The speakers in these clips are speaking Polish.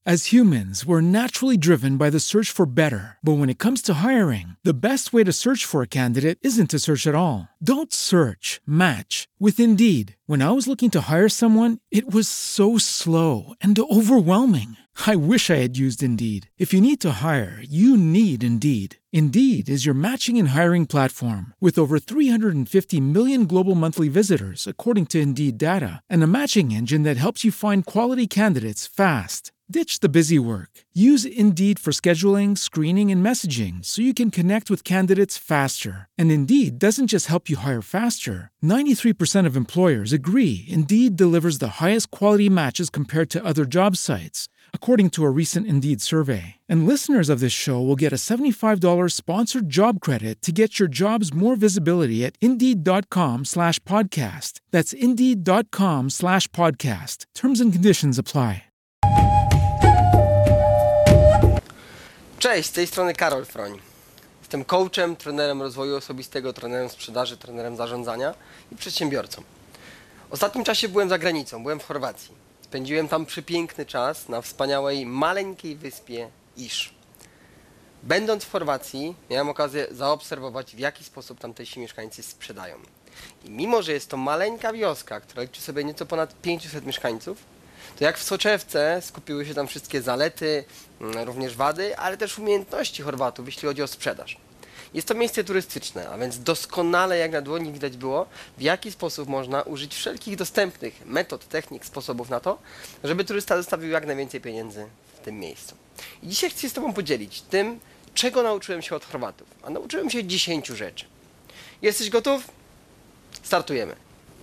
As humans, we're naturally driven by the search for better. But when it comes to hiring, the best way to search for a candidate isn't to search at all. Don't search, match with Indeed. When I was looking to hire someone, it was so slow and overwhelming. I wish I had used Indeed. If you need to hire, you need Indeed. Indeed is your matching and hiring platform with over 350 million global monthly visitors, according to Indeed data, and a matching engine that helps you find quality candidates fast. Ditch the busy work. Use Indeed for scheduling, screening, and messaging so you can connect with candidates faster. And Indeed doesn't just help you hire faster. 93% of employers agree Indeed delivers the highest quality matches compared to other job sites, according to a recent Indeed survey. And listeners of this show will get a $75 sponsored job credit to get your jobs more visibility at Indeed.com/podcast. That's Indeed.com/podcast. Terms and conditions apply. Cześć, z tej strony Karol Froń. Jestem coachem, trenerem rozwoju osobistego, trenerem sprzedaży, trenerem zarządzania i przedsiębiorcą. W ostatnim czasie byłem za granicą, byłem w Chorwacji. Spędziłem tam przepiękny czas na wspaniałej, maleńkiej wyspie Iż. Będąc w Chorwacji, miałem okazję zaobserwować, w jaki sposób tamtejsi mieszkańcy sprzedają. I mimo, że jest to maleńka wioska, która liczy sobie nieco ponad 500 mieszkańców, to jak w soczewce skupiły się tam wszystkie zalety, również wady, ale też umiejętności Chorwatów, jeśli chodzi o sprzedaż. Jest to miejsce turystyczne, a więc doskonale jak na dłoni widać było, w jaki sposób można użyć wszelkich dostępnych metod, technik, sposobów na to, żeby turysta zostawił jak najwięcej pieniędzy w tym miejscu. I dzisiaj chcę się z Tobą podzielić tym, czego nauczyłem się od Chorwatów. A nauczyłem się 10 rzeczy. Jesteś gotów? Startujemy.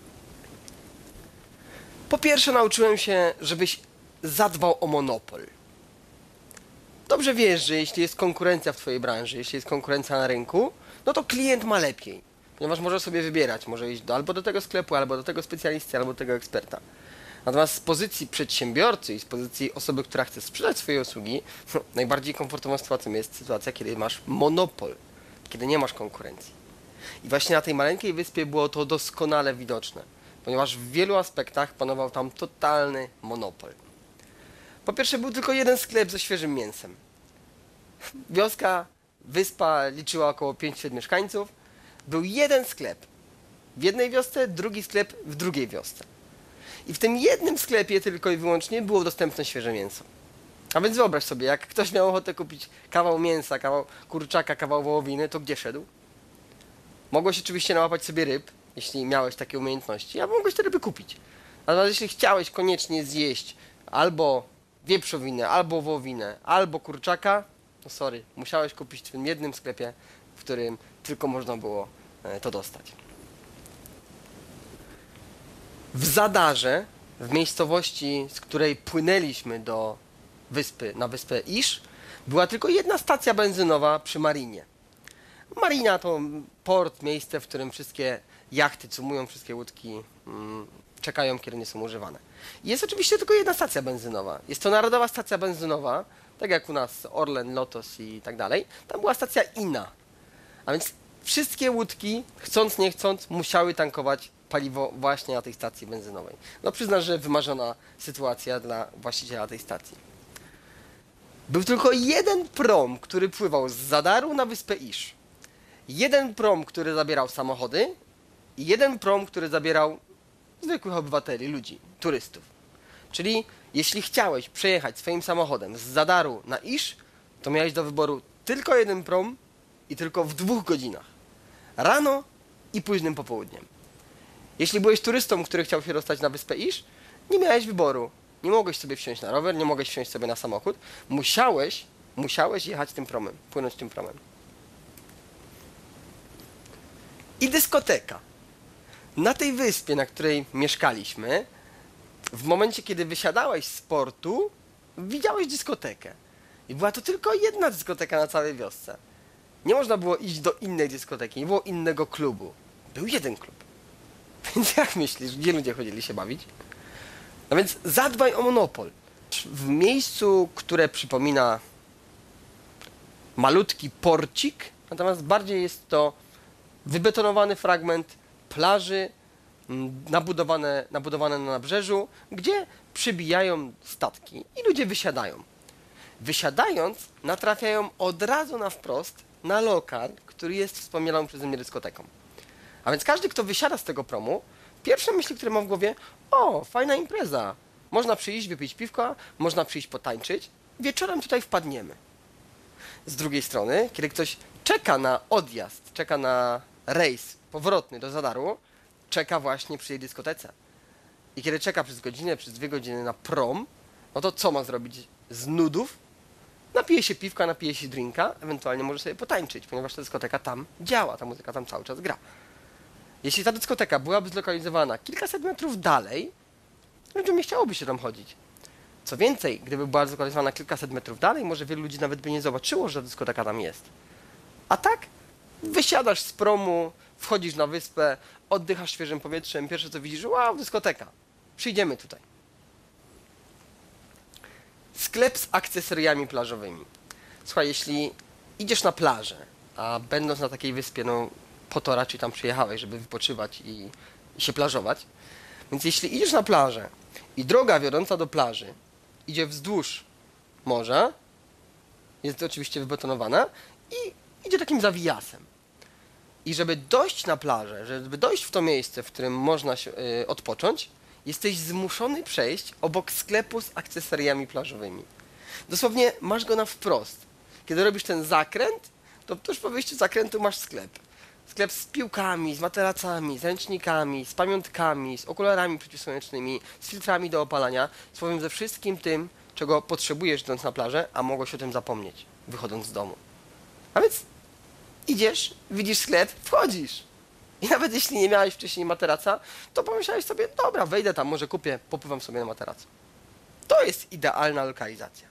Po pierwsze nauczyłem się, żebyś zadbał o monopol. Dobrze wiesz, że jeśli jest konkurencja w Twojej branży, jeśli jest konkurencja na rynku, no to klient ma lepiej, ponieważ może sobie wybierać, może iść albo do tego sklepu, albo do tego specjalisty, albo do tego eksperta. Natomiast z pozycji przedsiębiorcy i z pozycji osoby, która chce sprzedać swoje usługi, najbardziej komfortową sytuacją jest sytuacja, kiedy masz monopol, kiedy nie masz konkurencji. I właśnie na tej maleńkiej wyspie było to doskonale widoczne, ponieważ w wielu aspektach panował tam totalny monopol. Po pierwsze, był tylko jeden sklep ze świeżym mięsem. Wioska, wyspa liczyła około 500 mieszkańców. Był jeden sklep w jednej wiosce, drugi sklep w drugiej wiosce. I w tym jednym sklepie tylko i wyłącznie było dostępne świeże mięso. A więc wyobraź sobie, jak ktoś miał ochotę kupić kawał mięsa, kawał kurczaka, kawał wołowiny, to gdzie szedł? Mogłeś oczywiście nałapać sobie ryb, jeśli miałeś takie umiejętności, a mogłeś te ryby kupić. Natomiast jeśli chciałeś koniecznie zjeść albo wieprzowinę, albo wołowinę, albo kurczaka, no sorry, musiałeś kupić w tym jednym sklepie, w którym tylko można było to dostać. W Zadarze, w miejscowości, z której płynęliśmy do wyspy, na wyspę Iż, była tylko jedna stacja benzynowa przy marinie. Marina to port, miejsce, w którym wszystkie jachty cumują, wszystkie łódki czekają, kiedy nie są używane. Jest oczywiście tylko jedna stacja benzynowa. Jest to narodowa stacja benzynowa, tak jak u nas Orlen, Lotos i tak dalej. Tam była stacja inna. A więc wszystkie łódki, chcąc nie chcąc, musiały tankować paliwo właśnie na tej stacji benzynowej. No przyznam, że wymarzona sytuacja dla właściciela tej stacji. Był tylko jeden prom, który pływał z Zadaru na wyspę Iż. Jeden prom, który zabierał samochody i jeden prom, który zabierał zwykłych obywateli, ludzi, turystów. Czyli jeśli chciałeś przejechać swoim samochodem z Zadaru na Iż, to miałeś do wyboru tylko jeden prom i tylko w 2 godzinach. Rano i późnym popołudniem. Jeśli byłeś turystą, który chciał się dostać na wyspę Iż, nie miałeś wyboru. Nie mogłeś sobie wsiąść na rower, nie mogłeś wsiąść sobie na samochód. Musiałeś jechać tym promem, płynąć tym promem. I dyskoteka. Na tej wyspie, na której mieszkaliśmy, w momencie, kiedy wysiadałeś z portu, widziałeś dyskotekę. I była to tylko jedna dyskoteka na całej wiosce. Nie można było iść do innej dyskoteki, nie było innego klubu. Był jeden klub. Więc jak myślisz, gdzie ludzie chodzili się bawić? No więc zadbaj o monopol. W miejscu, które przypomina malutki porcik, natomiast bardziej jest to wybetonowany fragment plaży nabudowane na nabrzeżu, gdzie przybijają statki i ludzie wysiadają. Wysiadając, natrafiają od razu na wprost na lokal, który jest wspomnianą przeze mnie dyskoteką. A więc każdy, kto wysiada z tego promu, pierwsze myśli, które ma w głowie: o, fajna impreza. Można przyjść, wypić piwka, można przyjść potańczyć. Wieczorem tutaj wpadniemy. Z drugiej strony, kiedy ktoś czeka na odjazd, czeka na rejs powrotny do Zadaru, czeka właśnie przy tej dyskotece. I kiedy czeka przez godzinę, przez 2 godziny na prom, no to co ma zrobić z nudów? Napije się piwka, napije się drinka, ewentualnie może sobie potańczyć, ponieważ ta dyskoteka tam działa, ta muzyka tam cały czas gra. Jeśli ta dyskoteka byłaby zlokalizowana kilkaset metrów dalej, ludziom nie chciałoby się tam chodzić. Co więcej, gdyby była zlokalizowana kilkaset metrów dalej, może wielu ludzi nawet by nie zobaczyło, że ta dyskoteka tam jest. A tak, wysiadasz z promu, wchodzisz na wyspę, oddychasz świeżym powietrzem, pierwsze co widzisz: wow, dyskoteka, przyjdziemy tutaj. Sklep z akcesoriami plażowymi. Słuchaj, jeśli idziesz na plażę, a będąc na takiej wyspie, no po to raczej tam przyjechałeś, żeby wypoczywać i się plażować, więc jeśli idziesz na plażę i droga wiodąca do plaży idzie wzdłuż morza, jest to oczywiście wybetonowana i idzie takim zawijasem. I żeby dojść na plażę, żeby dojść w to miejsce, w którym można się odpocząć, jesteś zmuszony przejść obok sklepu z akcesoriami plażowymi. Dosłownie masz go na wprost. Kiedy robisz ten zakręt, to tuż po wyjściu z zakrętu masz sklep. Sklep z piłkami, z materacami, z ręcznikami, z pamiątkami, z okularami przeciwsłonecznymi, z filtrami do opalania, słowem ze wszystkim tym, czego potrzebujesz idąc na plażę, a mogłeś o tym zapomnieć, wychodząc z domu. A więc idziesz, widzisz sklep, wchodzisz. I nawet jeśli nie miałeś wcześniej materaca, to pomyślałeś sobie: dobra, wejdę tam, może kupię, popływam sobie na materacu. To jest idealna lokalizacja.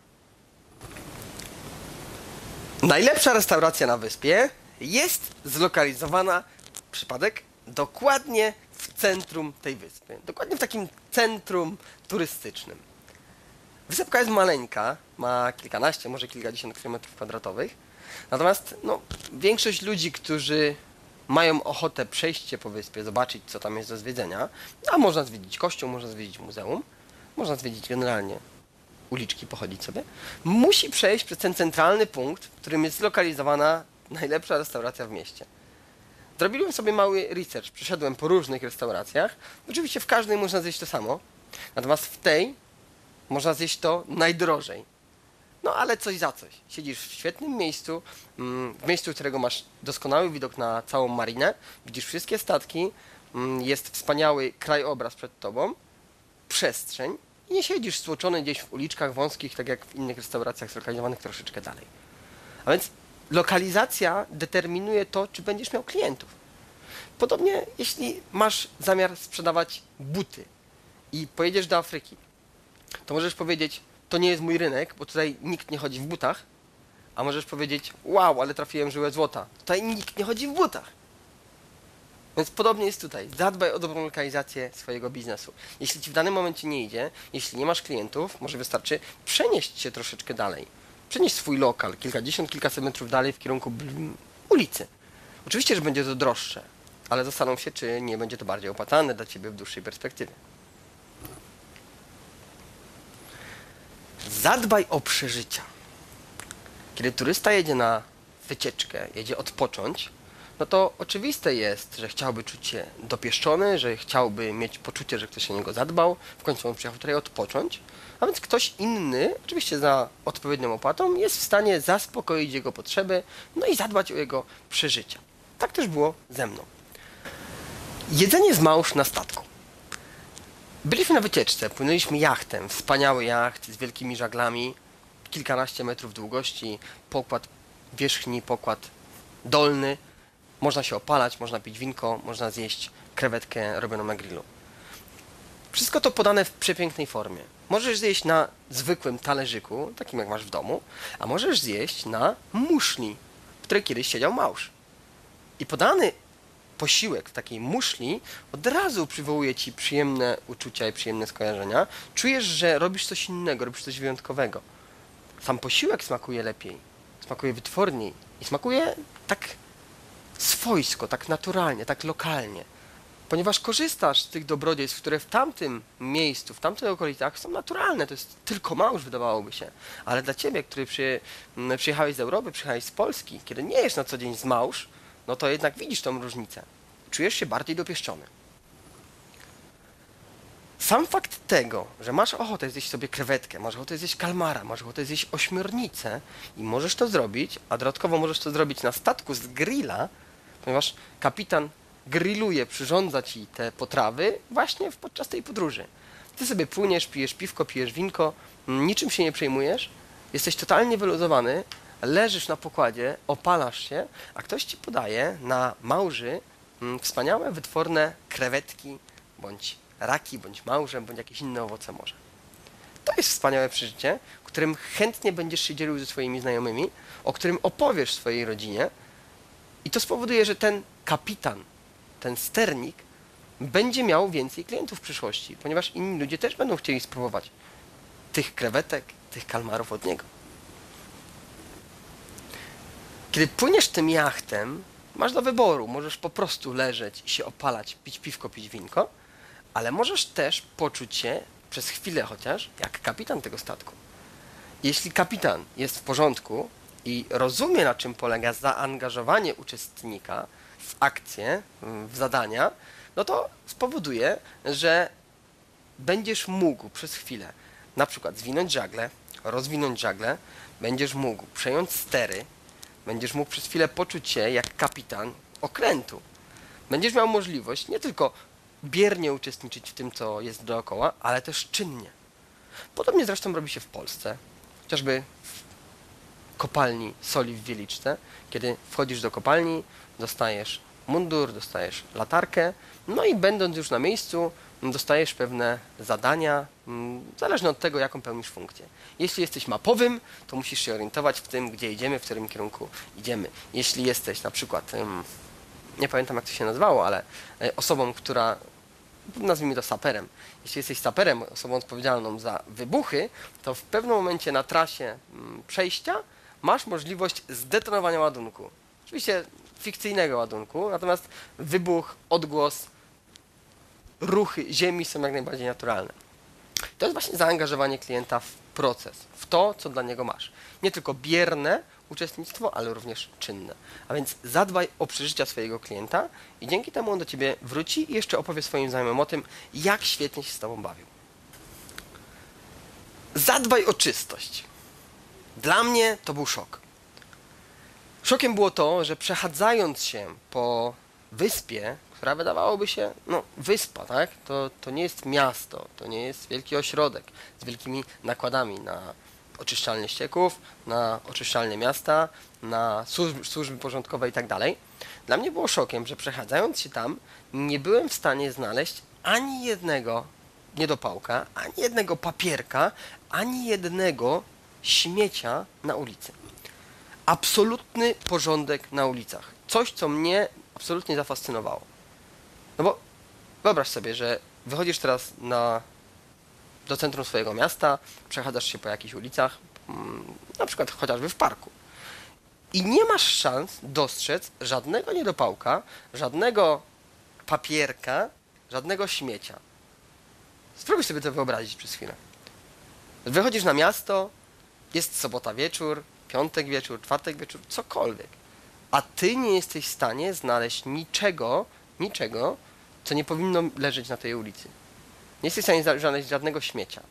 Najlepsza restauracja na wyspie jest zlokalizowana, przypadek, dokładnie w centrum tej wyspy. Dokładnie w takim centrum turystycznym. Wysepka jest maleńka, ma kilkanaście, może kilkadziesiąt kilometrów kwadratowych. Natomiast no, większość ludzi, którzy mają ochotę przejść się po wyspie, zobaczyć, co tam jest do zwiedzenia, a można zwiedzić kościół, można zwiedzić muzeum, można zwiedzić generalnie uliczki, pochodzić sobie, musi przejść przez ten centralny punkt, w którym jest zlokalizowana najlepsza restauracja w mieście. Zrobiłem sobie mały research, przeszedłem po różnych restauracjach. Oczywiście w każdej można zjeść to samo, natomiast w tej można zjeść to najdrożej. No ale coś za coś. Siedzisz w świetnym miejscu, w miejscu, którego masz doskonały widok na całą marinę, widzisz wszystkie statki, jest wspaniały krajobraz przed tobą, przestrzeń i nie siedzisz stłoczony gdzieś w uliczkach wąskich, tak jak w innych restauracjach zlokalizowanych troszeczkę dalej. A więc lokalizacja determinuje to, czy będziesz miał klientów. Podobnie jeśli masz zamiar sprzedawać buty i pojedziesz do Afryki, to możesz powiedzieć: to nie jest mój rynek, bo tutaj nikt nie chodzi w butach, a możesz powiedzieć: wow, ale trafiłem żyłę złota, tutaj nikt nie chodzi w butach. Więc podobnie jest tutaj. Zadbaj o dobrą lokalizację swojego biznesu. Jeśli ci w danym momencie nie idzie, jeśli nie masz klientów, może wystarczy przenieść się troszeczkę dalej. Przenieść swój lokal kilkadziesiąt, kilkaset metrów dalej w kierunku ulicy. Oczywiście, że będzie to droższe, ale zastanów się, czy nie będzie to bardziej opłacalne dla ciebie w dłuższej perspektywie. Zadbaj o przeżycia. Kiedy turysta jedzie na wycieczkę, jedzie odpocząć, no to oczywiste jest, że chciałby czuć się dopieszczony, że chciałby mieć poczucie, że ktoś o niego zadbał. W końcu on przyjechał tutaj odpocząć, a więc ktoś inny, oczywiście za odpowiednią opłatą, jest w stanie zaspokoić jego potrzeby, no i zadbać o jego przeżycia. Tak też było ze mną. Jedzenie z małż na statku. Byliśmy na wycieczce, płynęliśmy jachtem, wspaniały jacht z wielkimi żaglami, kilkanaście metrów długości, pokład wierzchni, pokład dolny. Można się opalać, można pić winko, można zjeść krewetkę robioną na grillu. Wszystko to podane w przepięknej formie. Możesz zjeść na zwykłym talerzyku, takim jak masz w domu, a możesz zjeść na muszli, w której kiedyś siedział małż. I podany posiłek w takiej muszli od razu przywołuje ci przyjemne uczucia i przyjemne skojarzenia. Czujesz, że robisz coś innego, robisz coś wyjątkowego. Sam posiłek smakuje lepiej, smakuje wytworniej i smakuje tak swojsko, tak naturalnie, tak lokalnie. Ponieważ korzystasz z tych dobrodziejstw, które w tamtym miejscu, w tamtych okolicach są naturalne. To jest tylko małż, wydawałoby się. Ale dla ciebie, który przyjechałeś z Europy, przyjechałeś z Polski, kiedy nie jesz na co dzień z małż, no to jednak widzisz tą różnicę. Czujesz się bardziej dopieszczony. Sam fakt tego, że masz ochotę zjeść sobie krewetkę, masz ochotę zjeść kalmara, masz ochotę zjeść ośmiornicę i możesz to zrobić, a dodatkowo możesz to zrobić na statku z grilla, ponieważ kapitan grilluje, przyrządza ci te potrawy właśnie podczas tej podróży. Ty sobie płyniesz, pijesz piwko, pijesz winko, niczym się nie przejmujesz, jesteś totalnie wyluzowany, leżysz na pokładzie, opalasz się, a ktoś ci podaje na małży wspaniałe, wytworne krewetki, bądź raki, bądź małże, bądź jakieś inne owoce morza. To jest wspaniałe przeżycie, którym chętnie będziesz się dzielił ze swoimi znajomymi, o którym opowiesz swojej rodzinie i to spowoduje, że ten kapitan, ten sternik będzie miał więcej klientów w przyszłości, ponieważ inni ludzie też będą chcieli spróbować tych krewetek, tych kalmarów od niego. Kiedy płyniesz tym jachtem, masz do wyboru. Możesz po prostu leżeć i się opalać, pić piwko, pić winko, ale możesz też poczuć się przez chwilę chociaż jak kapitan tego statku. Jeśli kapitan jest w porządku i rozumie, na czym polega zaangażowanie uczestnika w akcję, w zadania, no to spowoduje, że będziesz mógł przez chwilę na przykład zwinąć żagle, rozwinąć żagle, będziesz mógł przejąć stery, będziesz mógł przez chwilę poczuć się jak kapitan okrętu. Będziesz miał możliwość nie tylko biernie uczestniczyć w tym, co jest dookoła, ale też czynnie. Podobnie zresztą robi się w Polsce, chociażby w kopalni soli w Wieliczce. Kiedy wchodzisz do kopalni, dostajesz mundur, dostajesz latarkę, no i będąc już na miejscu, dostajesz pewne zadania, zależne od tego, jaką pełnisz funkcję. Jeśli jesteś mapowym, to musisz się orientować w tym, gdzie idziemy, w którym kierunku idziemy. Jeśli jesteś na przykład, nie pamiętam jak to się nazywało, ale osobą, która, nazwijmy to saperem, jeśli jesteś saperem, osobą odpowiedzialną za wybuchy, to w pewnym momencie na trasie przejścia masz możliwość zdetonowania ładunku. Oczywiście fikcyjnego ładunku, natomiast wybuch, odgłos, ruchy ziemi są jak najbardziej naturalne. To jest właśnie zaangażowanie klienta w proces, w to, co dla niego masz. Nie tylko bierne uczestnictwo, ale również czynne. A więc zadbaj o przeżycia swojego klienta i dzięki temu on do ciebie wróci i jeszcze opowie swoim znajomym o tym, jak świetnie się z tobą bawił. Zadbaj o czystość. Dla mnie to był szok. Szokiem było to, że przechadzając się po wyspie, która wydawałoby się, no wyspa, tak? To nie jest miasto, to nie jest wielki ośrodek z wielkimi nakładami na oczyszczalnie ścieków, na oczyszczalnie miasta, na służby porządkowe i tak dalej. Dla mnie było szokiem, że przechadzając się tam, nie byłem w stanie znaleźć ani jednego niedopałka, ani jednego papierka, ani jednego śmiecia na ulicy. Absolutny porządek na ulicach. Coś, co mnie absolutnie zafascynowało. No bo wyobraź sobie, że wychodzisz teraz do centrum swojego miasta, przechadzasz się po jakichś ulicach, na przykład chociażby w parku. I nie masz szans dostrzec żadnego niedopałka, żadnego papierka, żadnego śmiecia. Spróbuj sobie to wyobrazić przez chwilę. Wychodzisz na miasto, jest sobota wieczór, piątek wieczór, czwartek wieczór, cokolwiek. A ty nie jesteś w stanie znaleźć niczego, co nie powinno leżeć na tej ulicy. Nie jesteś w stanie znaleźć żadnego śmiecia.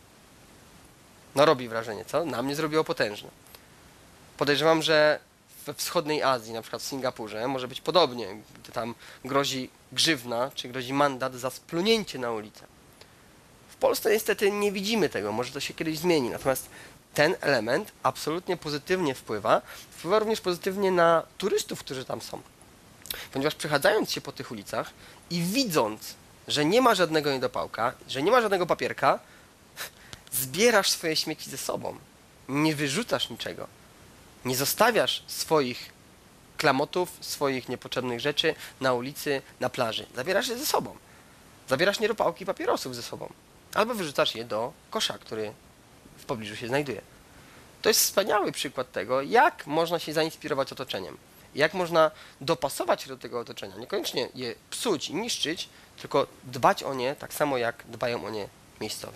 No robi wrażenie, co? Na mnie zrobiło potężne. Podejrzewam, że we wschodniej Azji, na przykład w Singapurze, może być podobnie, gdy tam grozi grzywna, czy grozi mandat za splunięcie na ulicę. W Polsce niestety nie widzimy tego, może to się kiedyś zmieni, natomiast ten element absolutnie pozytywnie wpływa również pozytywnie na turystów, którzy tam są. Ponieważ przechadzając się po tych ulicach i widząc, że nie ma żadnego niedopałka, że nie ma żadnego papierka, zbierasz swoje śmieci ze sobą. Nie wyrzucasz niczego. Nie zostawiasz swoich klamotów, swoich niepotrzebnych rzeczy na ulicy, na plaży. Zabierasz je ze sobą. Zabierasz niedopałki papierosów ze sobą. Albo wyrzucasz je do kosza, który w pobliżu się znajduje. To jest wspaniały przykład tego, jak można się zainspirować otoczeniem. Jak można dopasować się do tego otoczenia. Niekoniecznie je psuć i niszczyć, tylko dbać o nie tak samo, jak dbają o nie miejscowi.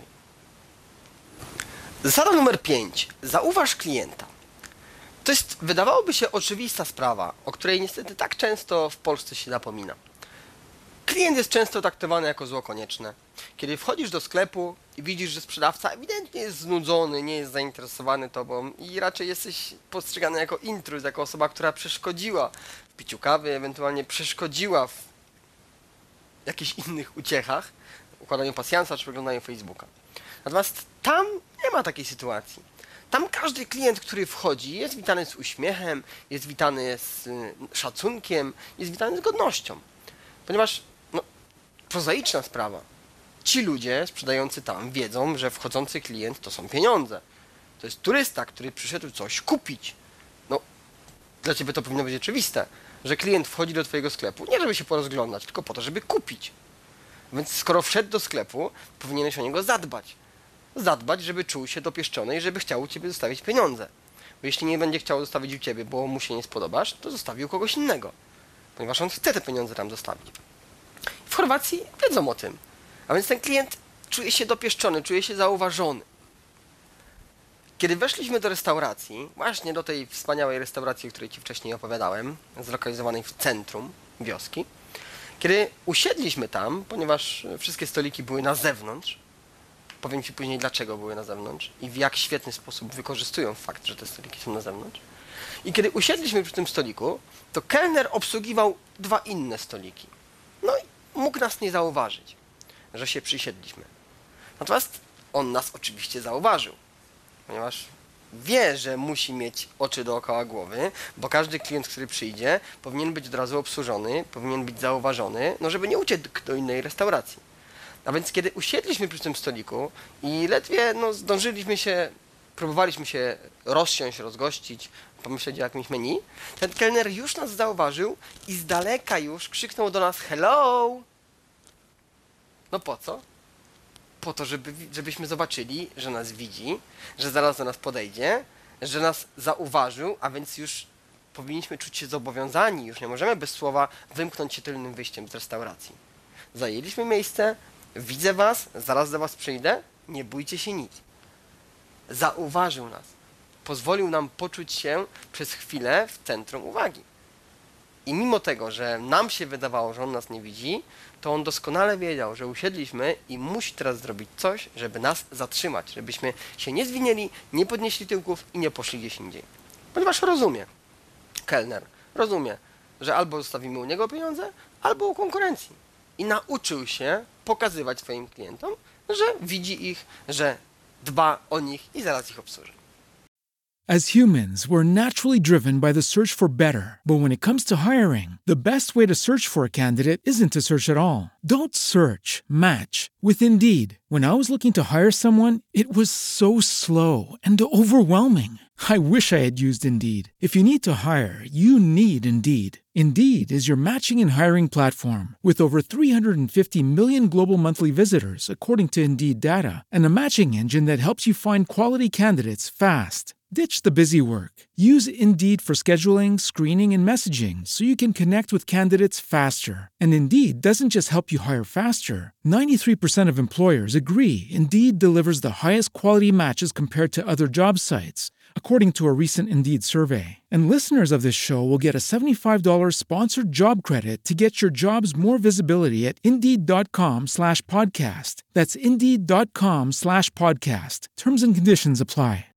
Zasada numer 5. Zauważ klienta. To jest, wydawałoby się, oczywista sprawa, o której niestety tak często w Polsce się zapomina. Klient jest często traktowany jako zło konieczne. Kiedy wchodzisz do sklepu i widzisz, że sprzedawca ewidentnie jest znudzony, nie jest zainteresowany tobą i raczej jesteś postrzegany jako intruz, jako osoba, która przeszkodziła w piciu kawy, ewentualnie przeszkodziła w jakichś innych uciechach, układaniu pasjansa czy przeglądaniu Facebooka. Natomiast tam nie ma takiej sytuacji. Tam każdy klient, który wchodzi, jest witany z uśmiechem, jest witany z szacunkiem, jest witany z godnością. Ponieważ, prozaiczna sprawa. Ci ludzie sprzedający tam wiedzą, że wchodzący klient to są pieniądze. To jest turysta, który przyszedł coś kupić. Dla ciebie to powinno być oczywiste, że klient wchodzi do twojego sklepu nie żeby się porozglądać, tylko po to, żeby kupić. Więc skoro wszedł do sklepu, powinieneś o niego zadbać. Zadbać, żeby czuł się dopieszczony i żeby chciał u ciebie zostawić pieniądze. Bo jeśli nie będzie chciał zostawić u ciebie, bo mu się nie spodobasz, to zostawi u kogoś innego. Ponieważ on chce te pieniądze tam zostawić. W Chorwacji wiedzą o tym. A więc ten klient czuje się dopieszczony, czuje się zauważony. Kiedy weszliśmy do restauracji, właśnie do tej wspaniałej restauracji, o której ci wcześniej opowiadałem, zlokalizowanej w centrum wioski, kiedy usiedliśmy tam, ponieważ wszystkie stoliki były na zewnątrz, powiem ci później, dlaczego były na zewnątrz i w jak świetny sposób wykorzystują fakt, że te stoliki są na zewnątrz. I kiedy usiedliśmy przy tym stoliku, to kelner obsługiwał 2 inne stoliki. No i mógł nas nie zauważyć, że się przysiedliśmy. Natomiast on nas oczywiście zauważył, ponieważ wie, że musi mieć oczy dookoła głowy, bo każdy klient, który przyjdzie, powinien być od razu obsłużony, powinien być zauważony, żeby nie uciekł do innej restauracji. A więc kiedy usiedliśmy przy tym stoliku i ledwie zdążyliśmy się, próbowaliśmy się rozsiąść, rozgościć, pomyśleć o jakimś menu, ten kelner już nas zauważył i z daleka już krzyknął do nas hello! Po co? Po to, żebyśmy zobaczyli, że nas widzi, że zaraz do nas podejdzie, że nas zauważył, a więc już powinniśmy czuć się zobowiązani, już nie możemy bez słowa wymknąć się tylnym wyjściem z restauracji. Zajęliśmy miejsce, widzę was, zaraz do was przyjdę, nie bójcie się nic. Zauważył nas. Pozwolił nam poczuć się przez chwilę w centrum uwagi. I mimo tego, że nam się wydawało, że on nas nie widzi, to on doskonale wiedział, że usiedliśmy i musi teraz zrobić coś, żeby nas zatrzymać, żebyśmy się nie zwinęli, nie podnieśli tyłków i nie poszli gdzieś indziej. Ponieważ rozumie, kelner rozumie, że albo zostawimy u niego pieniądze, albo u konkurencji. I nauczył się pokazywać swoim klientom, że widzi ich, że dba o nich i zaraz ich obsłuży. As humans, we're naturally driven by the search for better. But when it comes to hiring, the best way to search for a candidate isn't to search at all. Don't search, match with Indeed. When I was looking to hire someone, it was so slow and overwhelming. I wish I had used Indeed. If you need to hire, you need Indeed. Indeed is your matching and hiring platform with over 350 million global monthly visitors, according to Indeed data, and a matching engine that helps you find quality candidates fast. Ditch the busy work. Use Indeed for scheduling, screening, and messaging so you can connect with candidates faster. And Indeed doesn't just help you hire faster. 93% of employers agree Indeed delivers the highest quality matches compared to other job sites, according to a recent Indeed survey. And listeners of this show will get a $75 sponsored job credit to get your jobs more visibility at Indeed.com/podcast. That's Indeed.com/podcast. Terms and conditions apply.